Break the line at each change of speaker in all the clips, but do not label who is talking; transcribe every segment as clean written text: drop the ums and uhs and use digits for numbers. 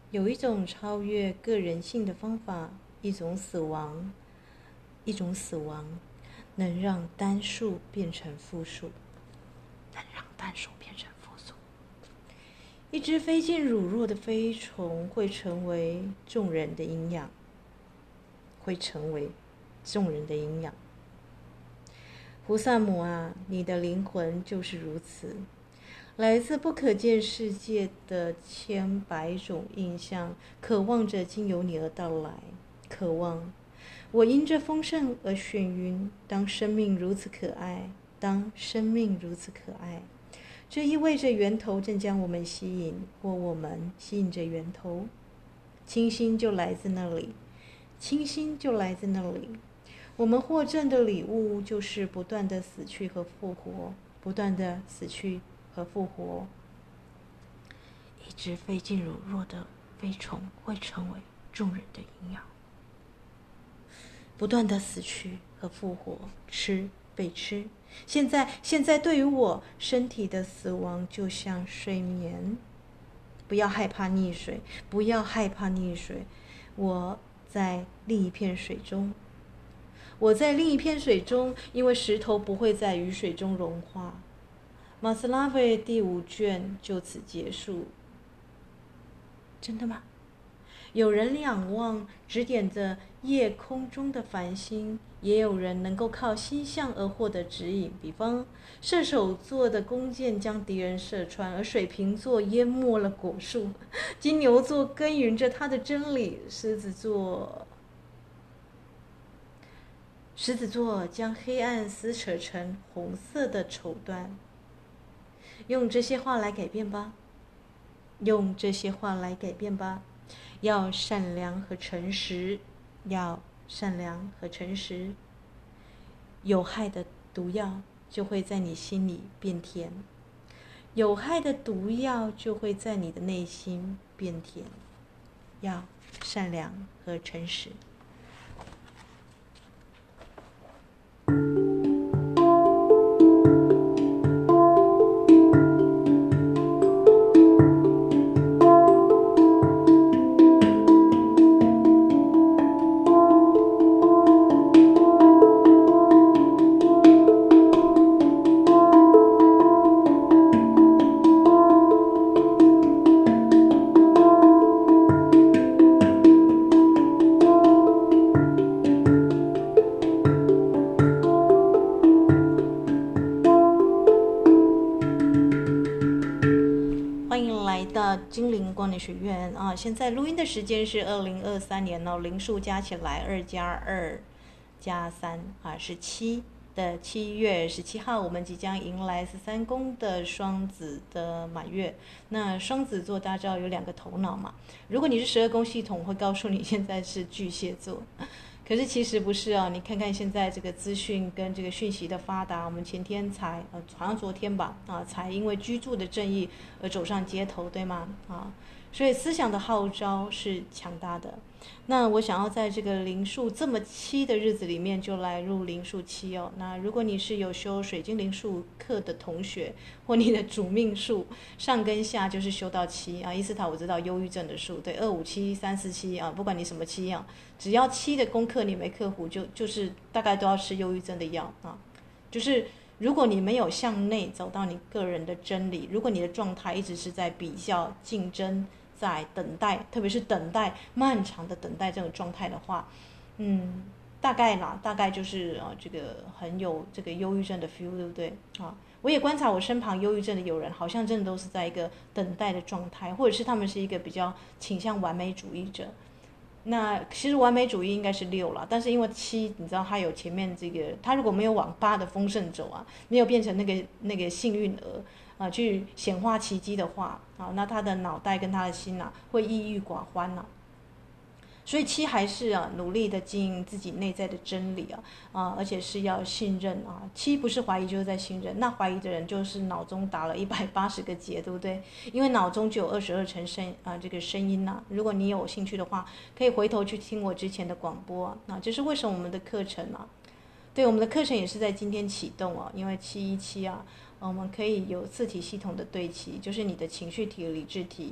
有一种超越个人性的方法，一种死亡能让单数变成复数，一只飞进乳酪的飞虫会成为众人的营养，胡萨姆啊，你的灵魂就是如此，来自不可见世界的千百种印象，渴望着经由你而到来，渴望我因这丰盛而眩晕。当生命如此可爱，这意味着源头正将我们吸引，或我们吸引着源头。清新就来自那里，我们获赠的礼物就是不断的死去和复活，一只飞进乳酪的飞虫会成为众人的营养，不断的死去和复活，被吃。现在对于我，身体的死亡就像睡眠。不要害怕溺水，我在另一片水中，因为石头不会在雨水中融化。马斯拉维第5卷就此结束。真的吗？有人仰望指点着夜空中的繁星，也有人能够靠星象而获得指引。比方，射手座的弓箭将敌人射穿，而水瓶座淹没了果树；金牛座耕耘着他的真理，狮子座将黑暗撕扯成红色的绸缎。用这些话来改变吧。要善良和诚实，有害的毒药就会在你心里变甜，要善良和诚实。精灵光理学院啊，现在录音的时间是2023年哦，灵数加起来2+2+3是7的7月17号，我们即将迎来13宫的双子的满月。那双子座大家知道有2个头脑嘛？如果你是12宫系统，会告诉你现在是巨蟹座。可是其实不是啊，你看看现在这个资讯跟这个讯息的发达，我们前天才好像昨天吧才因为居住的正义而走上街头，对吗？所以思想的号召是强大的。那我想要在这个灵数这么7的日子里面，就来入灵数7哦。那如果你是有修水晶灵数课的同学，或你的主命数上跟下就是修到7伊斯塔我知道忧郁症的数，对，257、347不管你什么7只要7的功课你没克服，就是大概都要吃忧郁症的药就是如果你没有向内找到你个人的真理，如果你的状态一直是在比较、竞争、在等待，特别是漫长的等待这种状态的话，大概就是这个很有这个忧郁症的 feel， 对不对我也观察我身旁忧郁症的友人，好像真的都是在一个等待的状态，或者是他们是一个比较倾向完美主义者。那其实完美主义应该是6了，但是因为7，你知道它有前面这个，它如果没有往8的丰盛走没有变成那个幸运儿去显化奇迹的话那他的脑袋跟他的心会抑郁寡欢所以7还是努力的经营自己内在的真理而且是要信任7不是怀疑就是在信任，那怀疑的人就是脑中打了180个结，对不对？因为脑中就有22层这个声音如果你有兴趣的话，可以回头去听我之前的广播这是为什么我们的课程对，我们的课程也是在今天启动因为717我们可以有4体系统的对齐，就是你的情绪体、理智体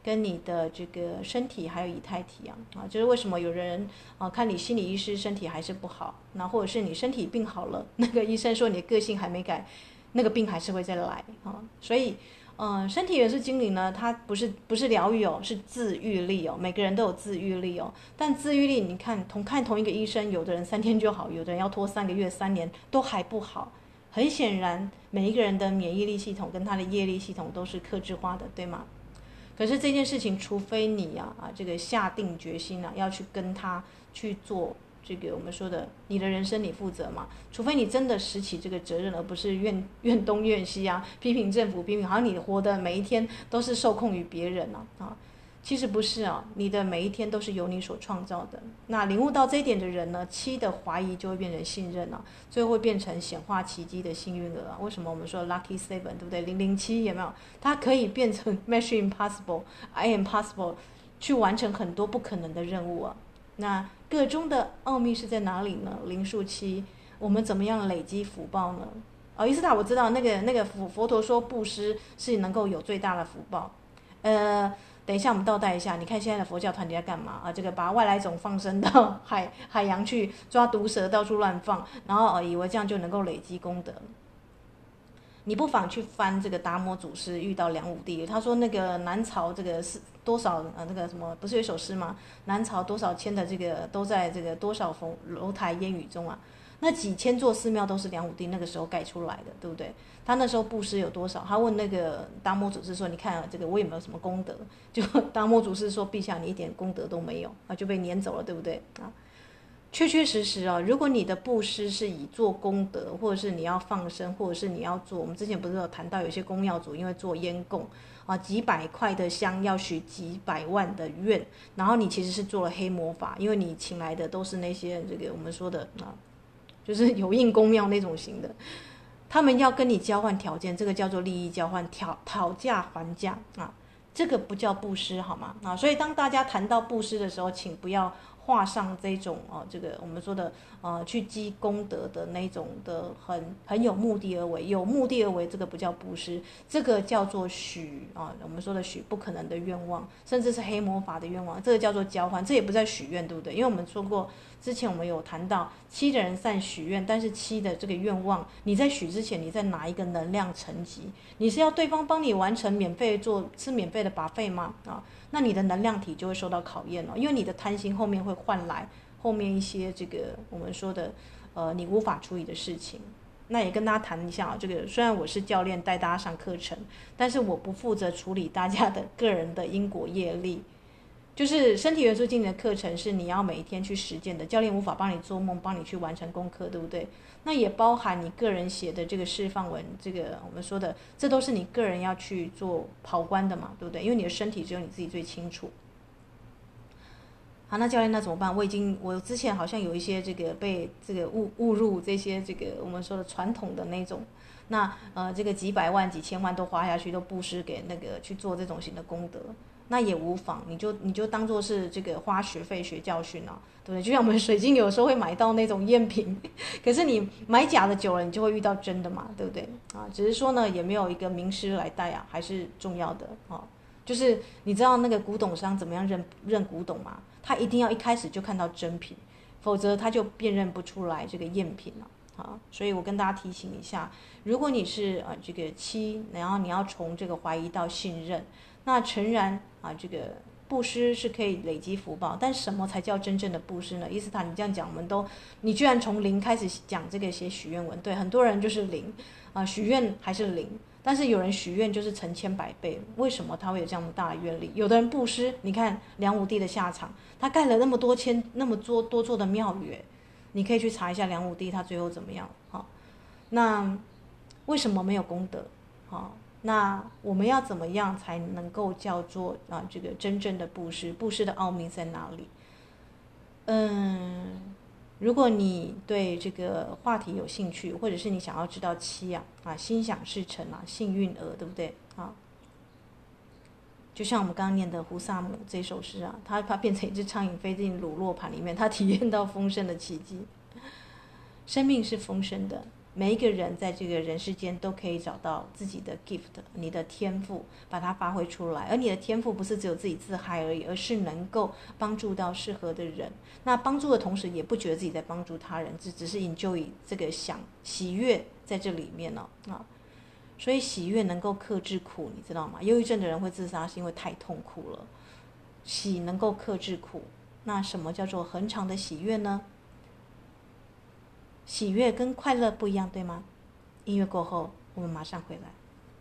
跟你的这个身体还有以太体就是为什么有人看你心理医师身体还是不好，那或者是你身体病好了，那个医生说你的个性还没改，那个病还是会再来所以身体元素精灵呢，它不是疗愈是自愈力每个人都有自愈力但自愈力你看同一个医生，有的人3天就好，有的人要拖3个月、3年都还不好。很显然，每一个人的免疫力系统跟他的业力系统都是客制化的，对吗？可是这件事情，除非你这个下定决心要去跟他去做这个我们说的你的人生你负责嘛，除非你真的拾起这个责任，而不是怨东怨西批评政府，批评好像你活的每一天都是受控于别人其实不是你的每一天都是由你所创造的。那领悟到这一点的人呢，7的怀疑就会变成信任最后会变成显化奇迹的幸运儿为什么我们说 lucky 7对不对？007有没有？它可以变成 mission impossible、I am possible， 去完成很多不可能的任务那个中的奥秘是在哪里呢？灵数7，我们怎么样累积福报呢？伊斯塔我知道那个佛陀说布施是能够有最大的福报。等一下我们倒带一下，你看现在的佛教团体在干嘛这个把外来种放生到海洋去抓毒蛇，到处乱放，然后以为这样就能够累积功德。你不妨去翻这个达摩祖师遇到梁武帝，他说那个南朝这个是多少那个什么，不是有一首诗吗？南朝多少千的这个都在这个多少楼台烟雨中那几千座寺庙都是梁武帝那个时候盖出来的，对不对？他那时候布施有多少？他问那个达摩祖师说：“你看这个我有没有什么功德？”就达摩祖师说：“陛下，你一点功德都没有就被撵走了，对不对确确实实如果你的布施是以做功德，或者是你要放生，或者是你要做，我们之前不是有谈到有些公庙主因为做烟供几百块的香要许几百万的愿，然后你其实是做了黑魔法，因为你请来的都是那些这个我们说的就是有印公庙那种型的，他们要跟你交换条件，这个叫做利益交换，讨价还价这个不叫布施好吗所以当大家谈到布施的时候，请不要画上这种这个我们说的去积功德的那种的很有目的而为，有目的而为这个不叫布施，这个叫做许我们说的许不可能的愿望，甚至是黑魔法的愿望，这个叫做交换，这也不在许愿，对不对？因为我们说过之前我们有谈到7的人善许愿，但是7的这个愿望你在许之前你在拿一个能量层级，你是要对方帮你完成免费吃免费的 buffet 吗那你的能量体就会受到考验因为你的贪心后面会换来后面一些这个我们说的你无法处理的事情。那也跟大家谈一下这个虽然我是教练带大家上课程，但是我不负责处理大家的个人的因果业力。就是身体元素精灵的课程是你要每一天去实践的，教练无法帮你做梦，帮你去完成功课，对不对？那也包含你个人写的这个释放文，这个我们说的这都是你个人要去做跑关的嘛，对不对？因为你的身体只有你自己最清楚。好，那教练那怎么办？我之前好像有一些这个被这个误入这些这个我们说的传统的那种，那这个几百万几千万都花下去，都布施给那个去做这种型的功德，那也无妨，你就当做是这个花学费学教训对不对？就像我们水晶有时候会买到那种赝品，可是你买假的久了，你就会遇到真的嘛，对不对只是说呢，也没有一个名师来带还是重要的就是你知道那个古董商怎么样认古董吗？他一定要一开始就看到真品，否则他就辨认不出来这个赝品所以我跟大家提醒一下，如果你是这个7，然后你要从这个怀疑到信任，那诚然这个布施是可以累积福报，但什么才叫真正的布施呢？伊斯塔你这样讲，你居然从0开始讲这个写许愿文，对，很多人就是0许愿还是0，但是有人许愿就是成千百倍，为什么他会有这样大的愿力？有的人布施，你看梁武帝的下场，他盖了那么多座的庙宇，你可以去查一下梁武帝他最后怎么样那为什么没有功德那我们要怎么样才能够叫做这个真正的布施？布施的奥秘在哪里？如果你对这个话题有兴趣，或者是你想要知道7心想事成幸运儿，对不对就像我们刚刚念的胡萨姆这首诗它变成一只苍蝇飞进乳酪盘里面，它体验到丰盛的奇迹。生命是丰盛的每一个人在这个人世间都可以找到自己的 gift， 你的天赋，把它发挥出来。而你的天赋不是只有自己自嗨而已，而是能够帮助到适合的人。那帮助的同时，也不觉得自己在帮助他人，只是 enjoy 这个喜悦在这里面了啊。所以喜悦能够克制苦，你知道吗？忧郁症的人会自杀是因为太痛苦了。喜能够克制苦，那什么叫做恒常的喜悦呢？喜悦跟快乐不一样，对吗？音乐过后，我们马上回来。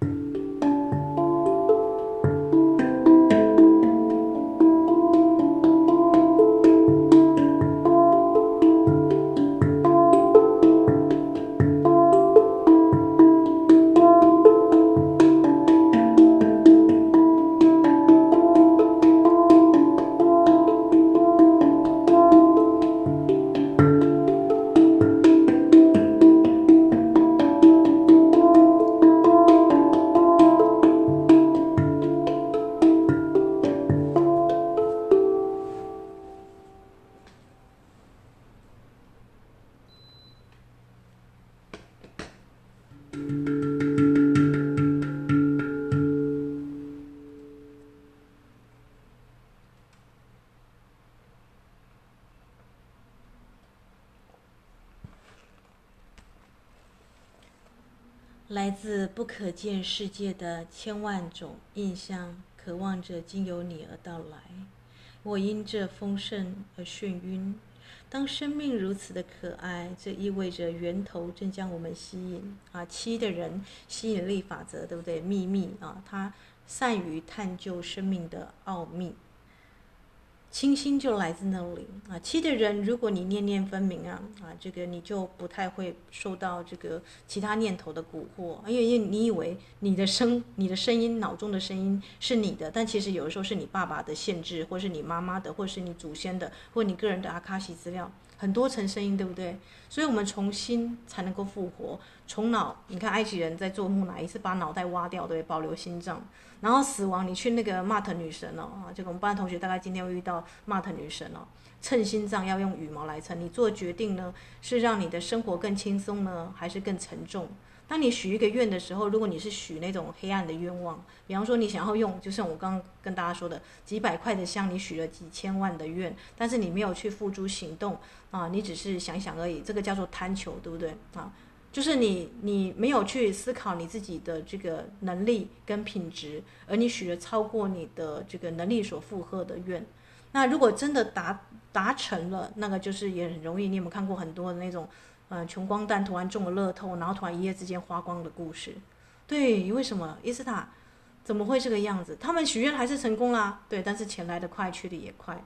来自不可见世界的千万种印象，渴望着经由你而到来。我因这丰盛而眩晕。当生命如此的可爱，这意味着源头正将我们吸引啊！七的人吸引力法则，对不对？秘密啊，他善于探究生命的奥秘。清新就来自那里啊。七的人，如果你念念分明这个你就不太会受到这个其他念头的蛊惑，因为你以为你的声音，脑中的声音是你的，但其实有的时候是你爸爸的限制，或是你妈妈的，或是你祖先的，或你个人的阿卡西资料，很多层声音，对不对？所以我们重新才能够复活。从脑，你看埃及人在做木乃伊是把脑袋挖掉，对，保留心脏。然后死亡，你去那个玛特女神这个我们班同学大概今天会遇到玛特女神称心脏要用羽毛来称，你做决定呢，是让你的生活更轻松呢，还是更沉重？当你许一个愿的时候，如果你是许那种黑暗的愿望，比方说你想要用，就像我刚刚跟大家说的，几百块的香，你许了几千万的愿，但是你没有去付诸行动你只是想想而已，这个叫做贪求，对不对就是你没有去思考你自己的这个能力跟品质，而你许了超过你的这个能力所负荷的愿。那如果真的达成了，那个就是也很容易。你有没有看过很多的那种穷光蛋突然中了乐透，然后突然一夜之间花光的故事？对，为什么？伊斯塔怎么会这个样子？他们许愿还是成功啦，对，但是钱来得快，去得也快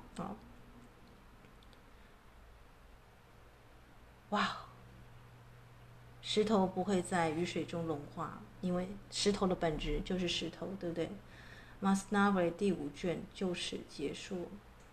哇！石头不会在雨水中融化，因为石头的本质就是石头，对不对？马斯纳维第5卷就此结束。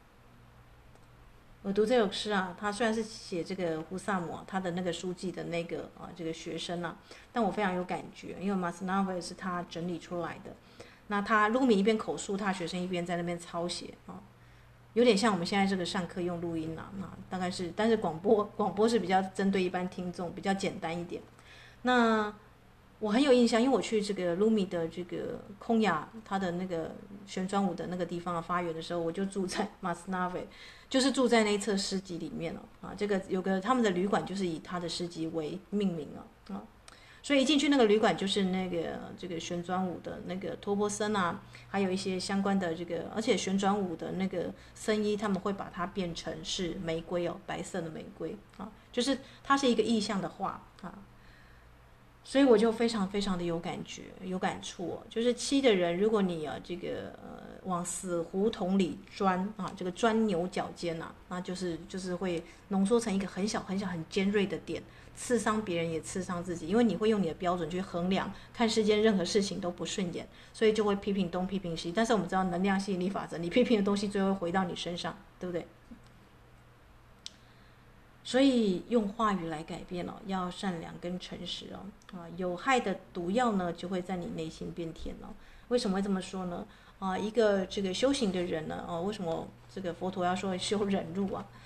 我读这首诗他虽然是写这个胡萨姆他的那个书记的那个这个学生但我非常有感觉，因为马斯纳维是他整理出来的。那他卢米一边口述，他的学生一边在那边抄写有点像我们现在这个上课用录音大概是，但是广播是比较针对一般听众，比较简单一点。那我很有印象，因为我去这个卢米的这个空雅他的那个旋转舞的那个地方发源的时候，我就住在马斯纳维，就是住在那一册诗集里面这个有个他们的旅馆就是以他的诗集为命名所以一进去那个旅馆就是那个这个旋转舞的那个托钵僧还有一些相关的这个，而且旋转舞的那个僧衣他们会把它变成是玫瑰白色的玫瑰就是它是一个意象的画所以我就非常非常的有感觉有感触就是7的人，如果你这个往死胡同里钻这个钻牛角尖那就是会浓缩成一个很小很小很尖锐的点，刺伤别人也刺伤自己，因为你会用你的标准去衡量，看世间任何事情都不顺眼，所以就会批评东批评西。但是我们知道能量吸引力法则，你批评的东西最后回到你身上，对不对？所以用话语来改变要善良跟诚实有害的毒药呢就会在你内心变甜为什么会这么说呢一个这个修行的人呢为什么这个佛陀要说修忍辱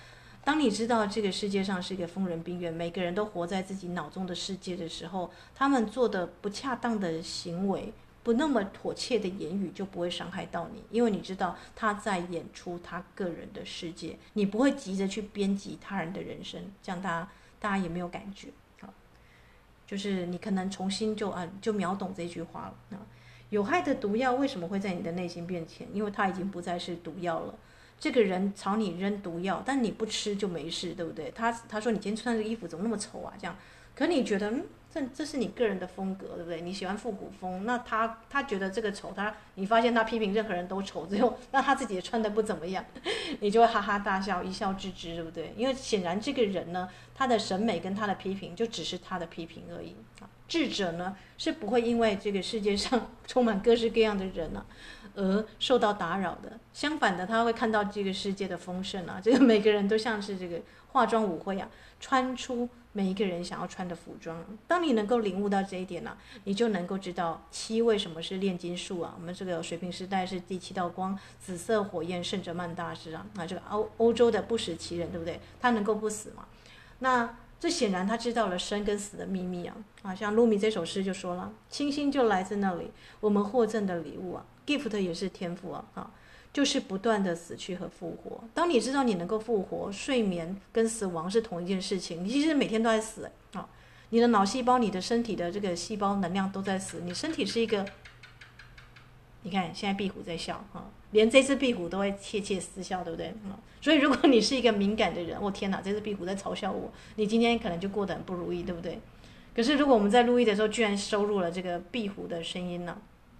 当你知道这个世界上是一个疯人病院，每个人都活在自己脑中的世界的时候，他们做的不恰当的行为，不那么妥切的言语就不会伤害到你，因为你知道他在演出他个人的世界，你不会急着去编辑他人的人生，这样大家也没有感觉。就是你可能重新就秒懂这句话了。有害的毒药为什么会在你的内心变浅？因为它已经不再是毒药了。这个人朝你扔毒药，但你不吃就没事，对不对？他说你今天穿这个衣服怎么那么丑啊？这样，可你觉得这是你个人的风格，对不对？你喜欢复古风，那他觉得这个丑，你发现他批评任何人都丑，只有那他自己也穿得不怎么样，你就会哈哈大笑，一笑置之，对不对？因为显然这个人呢，他的审美跟他的批评就只是他的批评而已。智者呢是不会因为这个世界上充满各式各样的人而受到打扰的，相反的，他会看到这个世界的丰盛这个每个人都像是这个化妆舞会穿出每一个人想要穿的服装。当你能够领悟到这一点你就能够知道7为什么是炼金术我们这个水平时代是第7道光，紫色火焰圣哲曼大师这个欧洲的不死奇人，对不对？他能够不死嘛？那这显然他知道了生跟死的秘密像鲁米这首诗就说了，清新就来自那里，我们获赠的礼物gift 也是天赋就是不断的死去和复活。当你知道你能够复活，睡眠跟死亡是同一件事情，你其实每天都在死你的脑细胞，你的身体的这个细胞能量都在死。你身体是一个，你看现在壁虎在笑连这只壁虎都会窃窃私笑，对不对所以如果你是一个敏感的人，天哪，这只壁虎在嘲笑我，你今天可能就过得很不如意，对不对？可是如果我们在录音的时候居然收录了这个壁虎的声音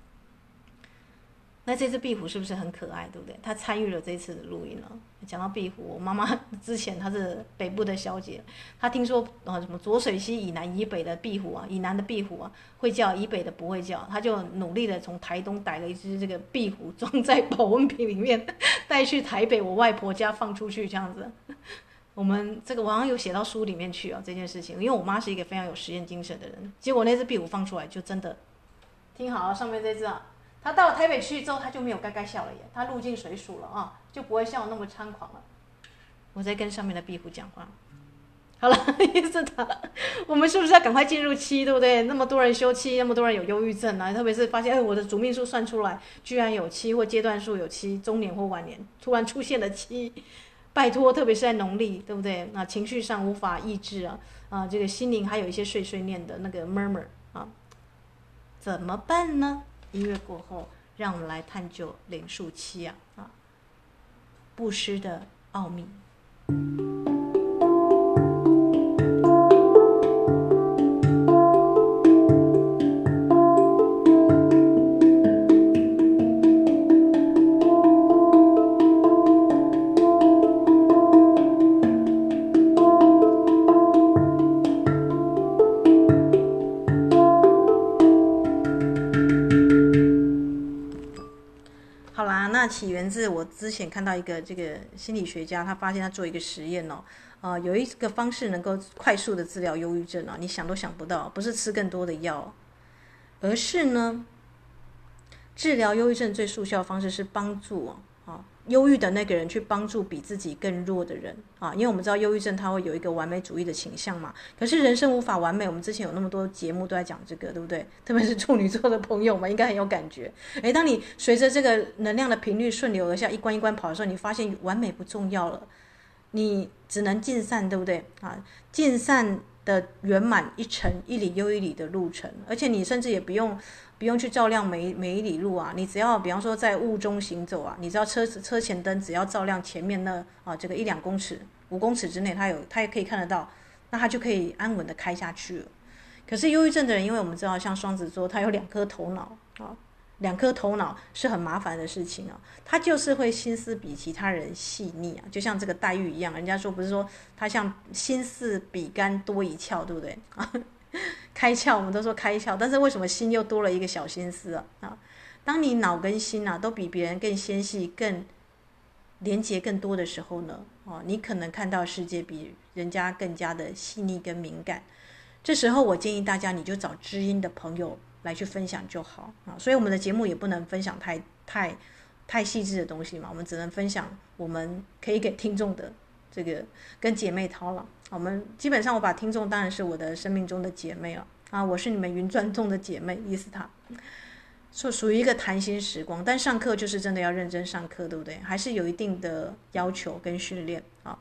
那这只壁虎是不是很可爱，对不对？它参与了这次的录音讲到壁虎，我妈妈之前她是北部的小姐，她听说什么浊水溪以南以北的壁虎以南的壁虎会叫，以北的不会叫，她就努力的从台东逮了一只这个壁虎，装在保温瓶里面带去台北我外婆家放出去，这样子。我们这个我好像有写到书里面去这件事情，因为我妈是一个非常有实验精神的人，结果那只壁虎放出来就真的，听好上面这只他到了台北去之后，他就没有该该笑了耶，他入境水属了就不会像我那么猖狂了。我在跟上面的壁虎讲话。好了，意思我们是不是要赶快进入7，对不对？那么多人休7，那么多人有忧郁症特别是发现我的主命数算出来居然有7，或阶段数有7，中年或晚年突然出现了7，拜托，特别是在农历，对不对？情绪上无法抑制这个心灵还有一些碎碎念的那个 murmur 怎么办呢？音乐过后，让我们来探究灵数7布施的奥秘。起源自我之前看到一个这个心理学家，他发现他做一个实验有一个方式能够快速的治疗忧郁症你想都想不到，不是吃更多的药，而是呢，治疗忧郁症最速效的方式是帮助忧郁的那个人去帮助比自己更弱的人因为我们知道忧郁症它会有一个完美主义的倾向嘛，可是人生无法完美，我们之前有那么多节目都在讲这个，对不对？特别是处女座的朋友们应该很有感觉。当你随着这个能量的频率顺流而下，一关一关跑的时候，你发现完美不重要了，你只能尽善，对不对尽善的圆满一程一里又一里的路程，而且你甚至也不用去照亮每一里路你只要比方说在雾中行走你知道车前灯只要照亮前面那这个1-2公尺5公尺之内，它也可以看得到，那它就可以安稳的开下去了。可是忧郁症的人，因为我们知道像双子座，他有2颗头脑2颗头脑是很麻烦的事情他就是会心思比其他人细腻就像这个黛玉一样，人家说不是说他像心似比干多一窍，对不对开窍，我们都说开窍，但是为什么心又多了一个小心思当你脑跟心都比别人更纤细、更连结更多的时候呢你可能看到世界比人家更加的细腻跟敏感。这时候我建议大家，你就找知音的朋友来去分享就好所以我们的节目也不能分享太细致的东西嘛，我们只能分享我们可以给听众的这个跟姐妹淘了。我们基本上我把听众当然是我的生命中的姐妹了啊，我是你们云端中的姐妹，伊斯塔，属于一个谈心时光。但上课就是真的要认真上课，对不对？还是有一定的要求跟训练啊。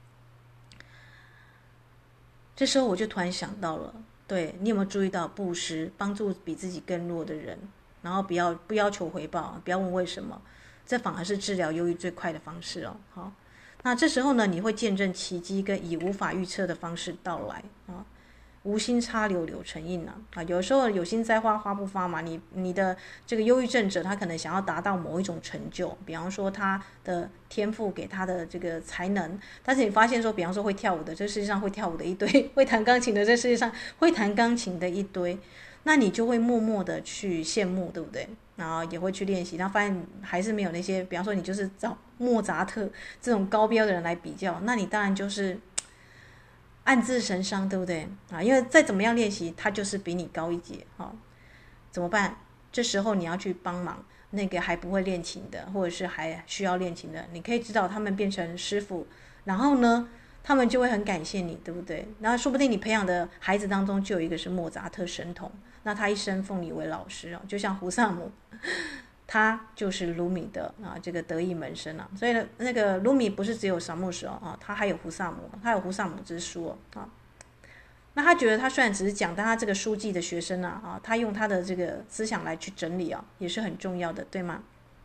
这时候我就突然想到了，对，你有没有注意到布施帮助比自己更弱的人，然后不要求回报，不要问为什么，这反而是治疗忧郁最快的方式哦。好，那这时候呢，你会见证奇迹跟以无法预测的方式到来啊。无心插柳柳成荫啊！有时候有心栽花花不发嘛，你的这个忧郁症者，他可能想要达到某一种成就，比方说他的天赋给他的这个才能，但是你发现说，比方说会跳舞的，这世界上会跳舞的一堆，会弹钢琴的，这世界上会弹钢琴的一堆，那你就会默默的去羡慕，对不对？然后也会去练习，然后发现还是没有那些，比方说你就是找莫扎特这种高标的人来比较，那你当然就是暗自神伤，对不对啊？因为再怎么样练习，他就是比你高一截啊，怎么办？这时候你要去帮忙那个还不会练琴的，或者是还需要练琴的，你可以指导他们变成师傅，然后呢，他们就会很感谢你，对不对？然后说不定你培养的孩子当中就有一个是莫扎特神童，那他一生奉你为老师啊，就像胡萨姆。他就是鲁米的这个得意门生啊，所以呢，那个鲁米不是只有萨穆什啊，他还有胡萨姆，他有胡萨姆之书啊。那他觉得他虽然只是讲，但他这个书记的学生他用他的这个思想来去整理也是很重要的，对吗？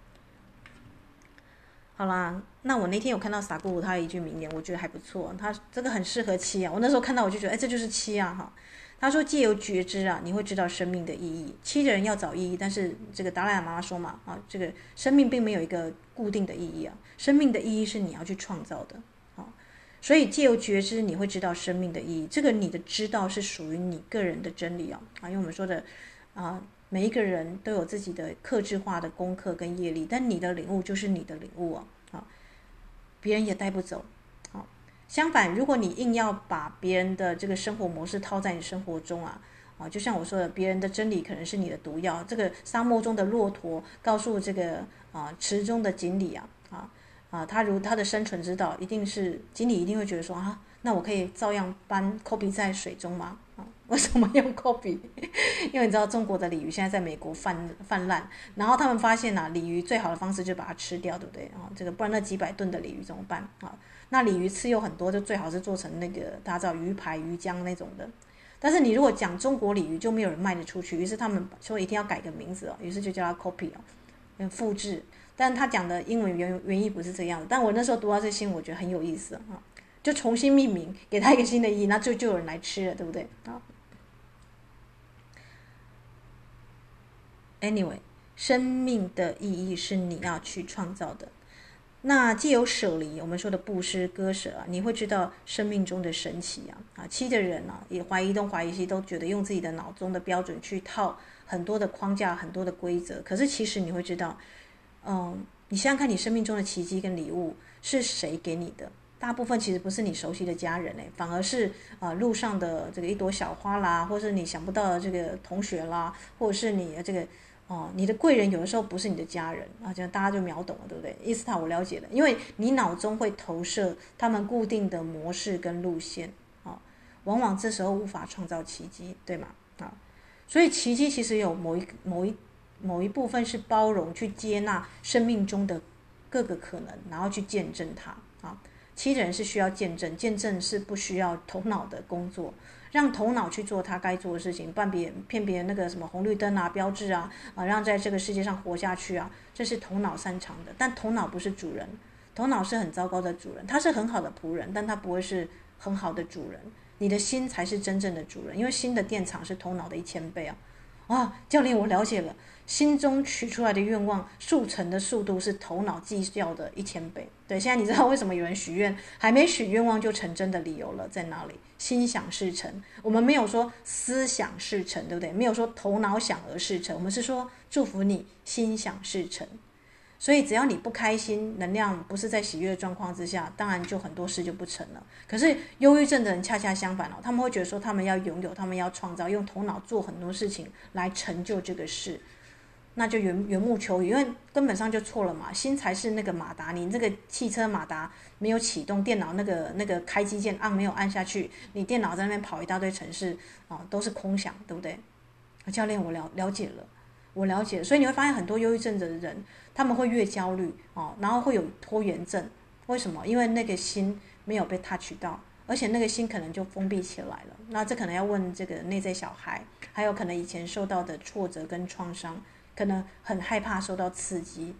好啦，那我那天有看到萨古鲁他有一句名言，我觉得还不错，他这个很适合七啊。我那时候看到我就觉得，这就是七啊哈。他说借由觉知你会知道生命的意义。七的人要找意义，但是这个达赖喇嘛说嘛这个生命并没有一个固定的意义生命的意义是你要去创造的所以借由觉知你会知道生命的意义。这个你的知道是属于你个人的真理因为我们说的每一个人都有自己的客制化的功课跟业力，但你的领悟就是你的领悟别人也带不走相反，如果你硬要把别人的这个生活模式套在你生活中就像我说的，别人的真理可能是你的毒药。这个沙漠中的骆驼告诉这个池中的锦鲤他的生存之道一定是锦鲤一定会觉得说那我可以照样搬 copy 在水中吗？为什么用 copy？ 因为你知道中国的鲤鱼现在在美国泛滥，然后他们发现鲤鱼最好的方式就把它吃掉，对不对这个不然那几百吨的鲤鱼怎么办那鲤鱼刺又很多，就最好是做成那个大家知道鱼排鱼浆那种的。但是你如果讲中国鲤鱼，就没有人卖得出去，于是他们说一定要改个名字于是就叫它 copy 复制。但他讲的英文原意不是这样的。但我那时候读到这新闻，我觉得很有意思就重新命名，给它一个新的意义，那就有人来吃了，对不对？Anyway， 生命的意义是你要去创造的。那既有舍离，我们说的布施割舍你会知道生命中的神奇七的人也怀疑东怀疑西，都觉得用自己的脑中的标准去套很多的框架，很多的规则。可是其实你会知道你想想看，你生命中的奇迹跟礼物是谁给你的？大部分其实不是你熟悉的家人反而是路上的这个一朵小花啦，或是你想不到的这个同学啦，或者是你这个你的贵人有的时候不是你的家人这样大家就秒懂了，对不对？伊斯塔我了解了，因为你脑中会投射他们固定的模式跟路线往往这时候无法创造奇迹，对吗所以奇迹其实有某一部分是包容去接纳生命中的各个可能，然后去见证它七人是需要见证，见证是不需要头脑的工作，让头脑去做他该做的事情，骗别人那个什么红绿灯标志让在这个世界上活下去这是头脑擅长的。但头脑不是主人，头脑是很糟糕的主人，他是很好的仆人，但他不会是很好的主人。你的心才是真正的主人，因为心的电场是头脑的1000倍教练我了解了，心中取出来的愿望速成的速度是头脑计较的1000倍。对，现在你知道为什么有人许愿还没许愿望就成真的理由了，在哪里？心想事成。我们没有说思想事成，对不对？没有说头脑想而事成，我们是说祝福你心想事成。所以只要你不开心，能量不是在喜悦的状况之下，当然就很多事就不成了。可是忧郁症的人恰恰相反他们会觉得说他们要拥有，他们要创造，用头脑做很多事情来成就这个事。 那就缘木求鱼，因为根本上就错了嘛。心才是那个马达，你这个汽车马达没有启动，电脑那个开机键按没有按下去，你电脑在那边跑一大堆程式都是空想，对不对？教练，我了解了，我了解了。所以你会发现很多忧郁症的人，他们会越焦虑然后会有拖延症。为什么？因为那个心没有被 touch 到，而且那个心可能就封闭起来了。那这可能要问这个内在小孩，还有可能以前受到的挫折跟创伤，可能很害怕受到刺激。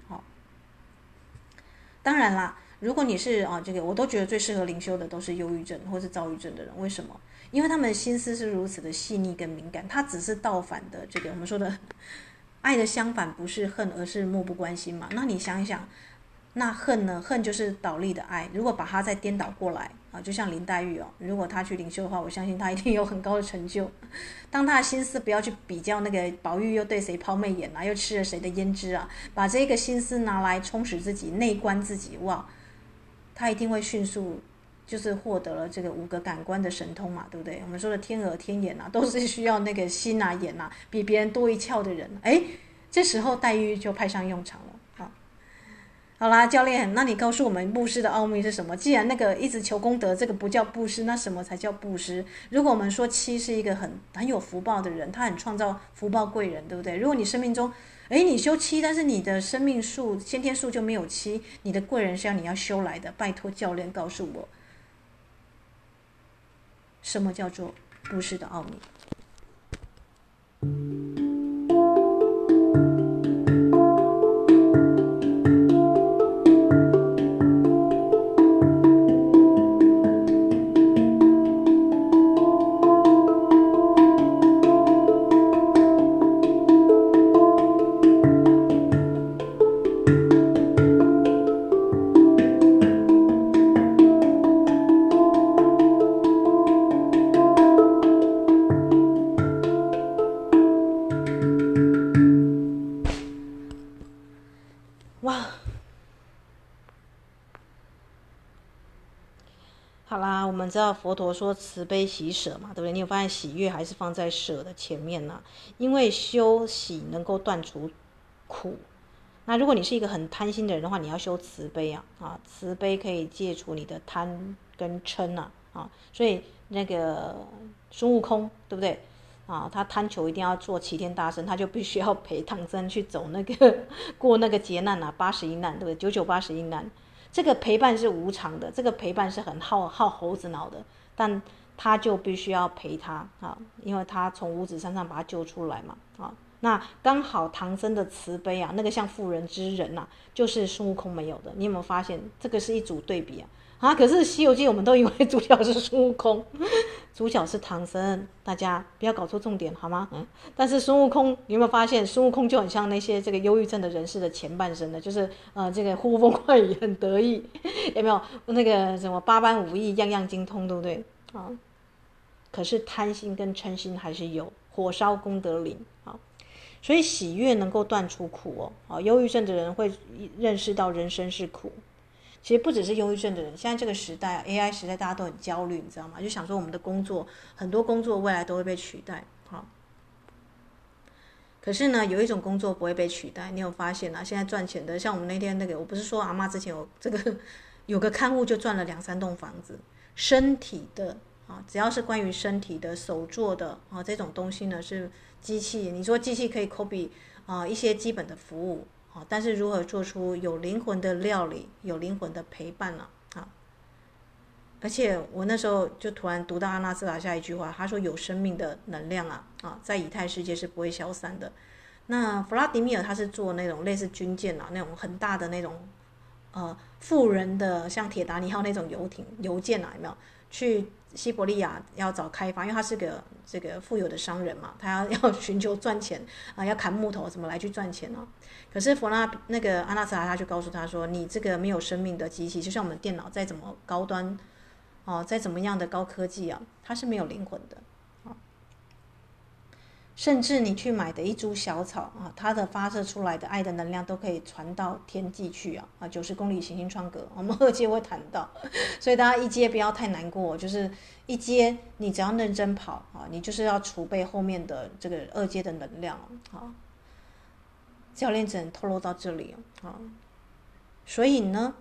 当然啦，如果你是这个，我都觉得最适合灵修的都是忧郁症或是躁郁症的人。为什么？因为他们的心思是如此的细腻跟敏感，他只是倒反的这个我们说的爱的相反，不是恨，而是漠不关心嘛。那你想一想，那恨呢？恨就是倒立的爱。如果把它再颠倒过来就像林黛玉如果她去灵修的话，我相信她一定有很高的成就。当她的心思不要去比较那个宝玉又对谁抛媚眼又吃了谁的胭脂把这个心思拿来充实自己，内观自己，哇，她一定会迅速就是获得了这个5个感官的神通嘛，对不对？我们说的天耳天眼都是需要那个心眼比别人多一窍的人。这时候黛玉就派上用场了。好啦，教练，那你告诉我们布施的奥秘是什么？既然那个一直求功德，这个不叫布施，那什么才叫布施？如果我们说七是一个很有福报的人，他很创造福报贵人，对不对？如果你生命中你修七，但是你的生命数先天数就没有七，你的贵人是你要修来的。拜托教练告诉我，什么叫做布施的奥秘？好啦，我们知道佛陀说慈悲喜舍嘛，对不对？你有发现喜悦还是放在舍的前面因为修喜能够断除苦。那如果你是一个很贪心的人的话，你要修慈悲慈悲可以戒除你的贪跟嗔所以那个孙悟空，对不对他贪求一定要做齐天大圣，他就必须要陪唐僧去走那个过那个劫难81难，对不对？9981难。这个陪伴是无常的，这个陪伴是很耗猴子脑的，但他就必须要陪他因为他从五指山上把他救出来嘛那刚好唐僧的慈悲那个像妇人之仁就是孙悟空没有的。你有没有发现这个是一组对比可是《西游记》我们都以为主角是孙悟空，主角是唐僧，大家不要搞错重点好吗？但是孙悟空，你有没有发现孙悟空就很像那些这个忧郁症的人士的前半生的，就是这个呼风唤雨很得意，有没有那个什么8般武艺样样精通，对不对可是贪心跟嗔心还是有，火烧功德林所以喜悦能够断除苦忧郁症的人会认识到人生是苦。其实不只是忧郁症的人，现在这个时代AI 时代，大家都很焦虑，你知道吗？就想说我们的工作，很多工作未来都会被取代可是呢，有一种工作不会被取代，你有发现现在赚钱的，像我们那天那个，我不是说阿嬷之前有这个有个刊物就赚了2-3栋房子，身体的只要是关于身体的手做的这种东西呢，是机器。你说机器可以 copy 一些基本的服务但是如何做出有灵魂的料理，有灵魂的陪伴而且我那时候就突然读到阿纳斯塔下一句话，他说有生命的能量在以太世界是不会消散的。那弗拉迪米尔他是做那种类似军舰那种很大的那种富人的像铁达尼号那种邮件有没有去西伯利亚要找开发，因为他是个这个富有的商人嘛，他要寻求赚钱要砍木头怎么来去赚钱可是那个阿纳斯塔他就告诉他说，你这个没有生命的机器，就像我们电脑再怎么高端再怎么样的高科技它是没有灵魂的甚至你去买的一株小草它的发射出来的爱的能量都可以传到天际去90公里行星窗格，我们2阶会谈到，所以大家1阶不要太难过，就是1阶你只要认真跑你就是要储备后面的这个2阶的能量教练只能透露到这里啊。所以呢，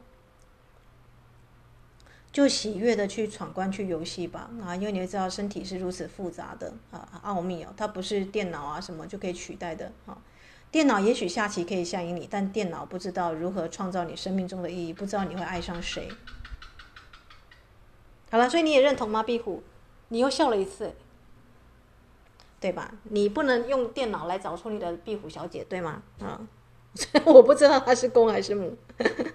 就喜悦的去闯关去游戏吧啊，因为你会知道身体是如此复杂的奥秘它不是电脑啊什么就可以取代的啊。电脑也许下棋可以下赢你，但电脑不知道如何创造你生命中的意义，不知道你会爱上谁。好了，所以你也认同吗，壁虎？你又笑了一次，对吧？你不能用电脑来找出你的壁虎小姐，对吗？我不知道她是公还是母。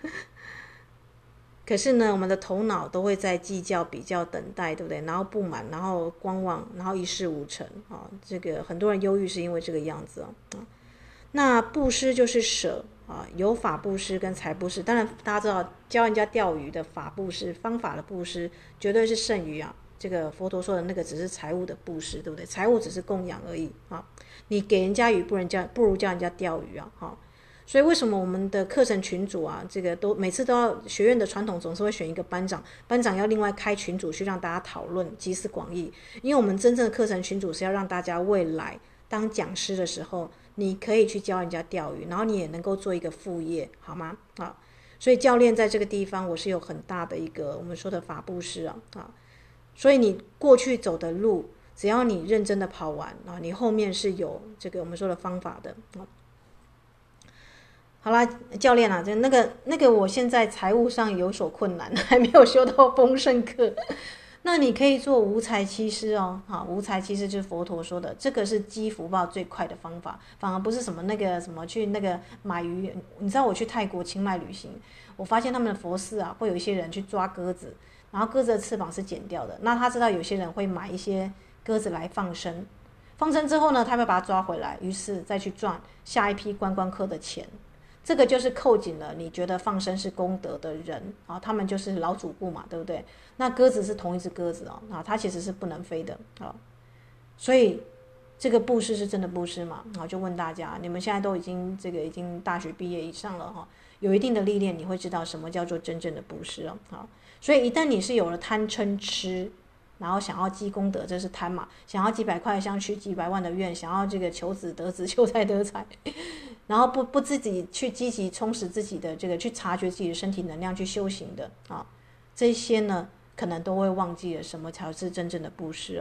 可是呢，我们的头脑都会在计较、比较、等待，对不对？然后不满，然后观望，然后一事无成这个很多人忧郁是因为这个样子那布施就是舍有法布施跟财布施。当然，大家知道教人家钓鱼的法布施方法的布施，绝对是胜于这个佛陀说的那个只是财物的布施，对不对？财物只是供养而已你给人家鱼，不如叫人家钓鱼所以为什么我们的课程群组这个每次都要学院的传统总是会选一个班长，班长要另外开群组去让大家讨论，集思广益。因为我们真正的课程群组是要让大家未来当讲师的时候，你可以去教人家钓鱼，然后你也能够做一个副业，好吗？所以教练在这个地方我是有很大的一个我们说的法布施所以你过去走的路，只要你认真的跑完你后面是有这个我们说的方法的好啦，教练那个我现在财务上有所困难，还没有修到丰盛课。那你可以做无财七施无财七施就是佛陀说的，这个是积福报最快的方法，反而不是什么去那个买鱼。你知道我去泰国清迈旅行，我发现他们的佛寺会有一些人去抓鸽子，然后鸽子的翅膀是剪掉的。那他知道有些人会买一些鸽子来放生，放生之后呢，他会把它抓回来，于是再去赚下一批观光客的钱。这个就是扣紧了你觉得放生是功德的人他们就是老主顾嘛，对不对？那鸽子是同一只鸽子它其实是不能飞的所以这个布施是真的布施嘛？就问大家，你们现在都已经大学毕业以上了有一定的历练，你会知道什么叫做真正的布施所以一旦你是有了贪嗔痴，然后想要积功德，这是贪嘛？想要几百块香许几百万的愿，想要这个求子得子，求财得财，然后不自己去积极充实自己的这个，去察觉自己的身体能量，去修行的这些呢，可能都会忘记了什么才是真正的布施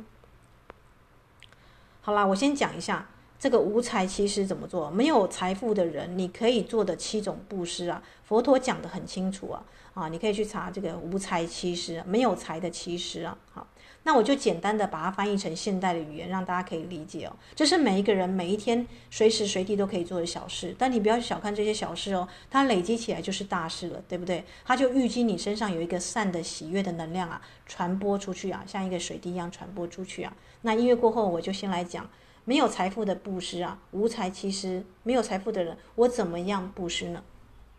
好啦，我先讲一下这个无财七施怎么做。没有财富的人，你可以做的7种布施佛陀讲得很清楚你可以去查这个无财七施，没有财的七施好，那我就简单的把它翻译成现代的语言，让大家可以理解这是每一个人每一天随时随地都可以做的小事，但你不要去小看这些小事它累积起来就是大事了，对不对？它就预计你身上有一个善的喜悦的能量传播出去像一个水滴一样传播出去那音乐过后，我就先来讲没有财富的布施无财七施。没有财富的人，我怎么样布施呢？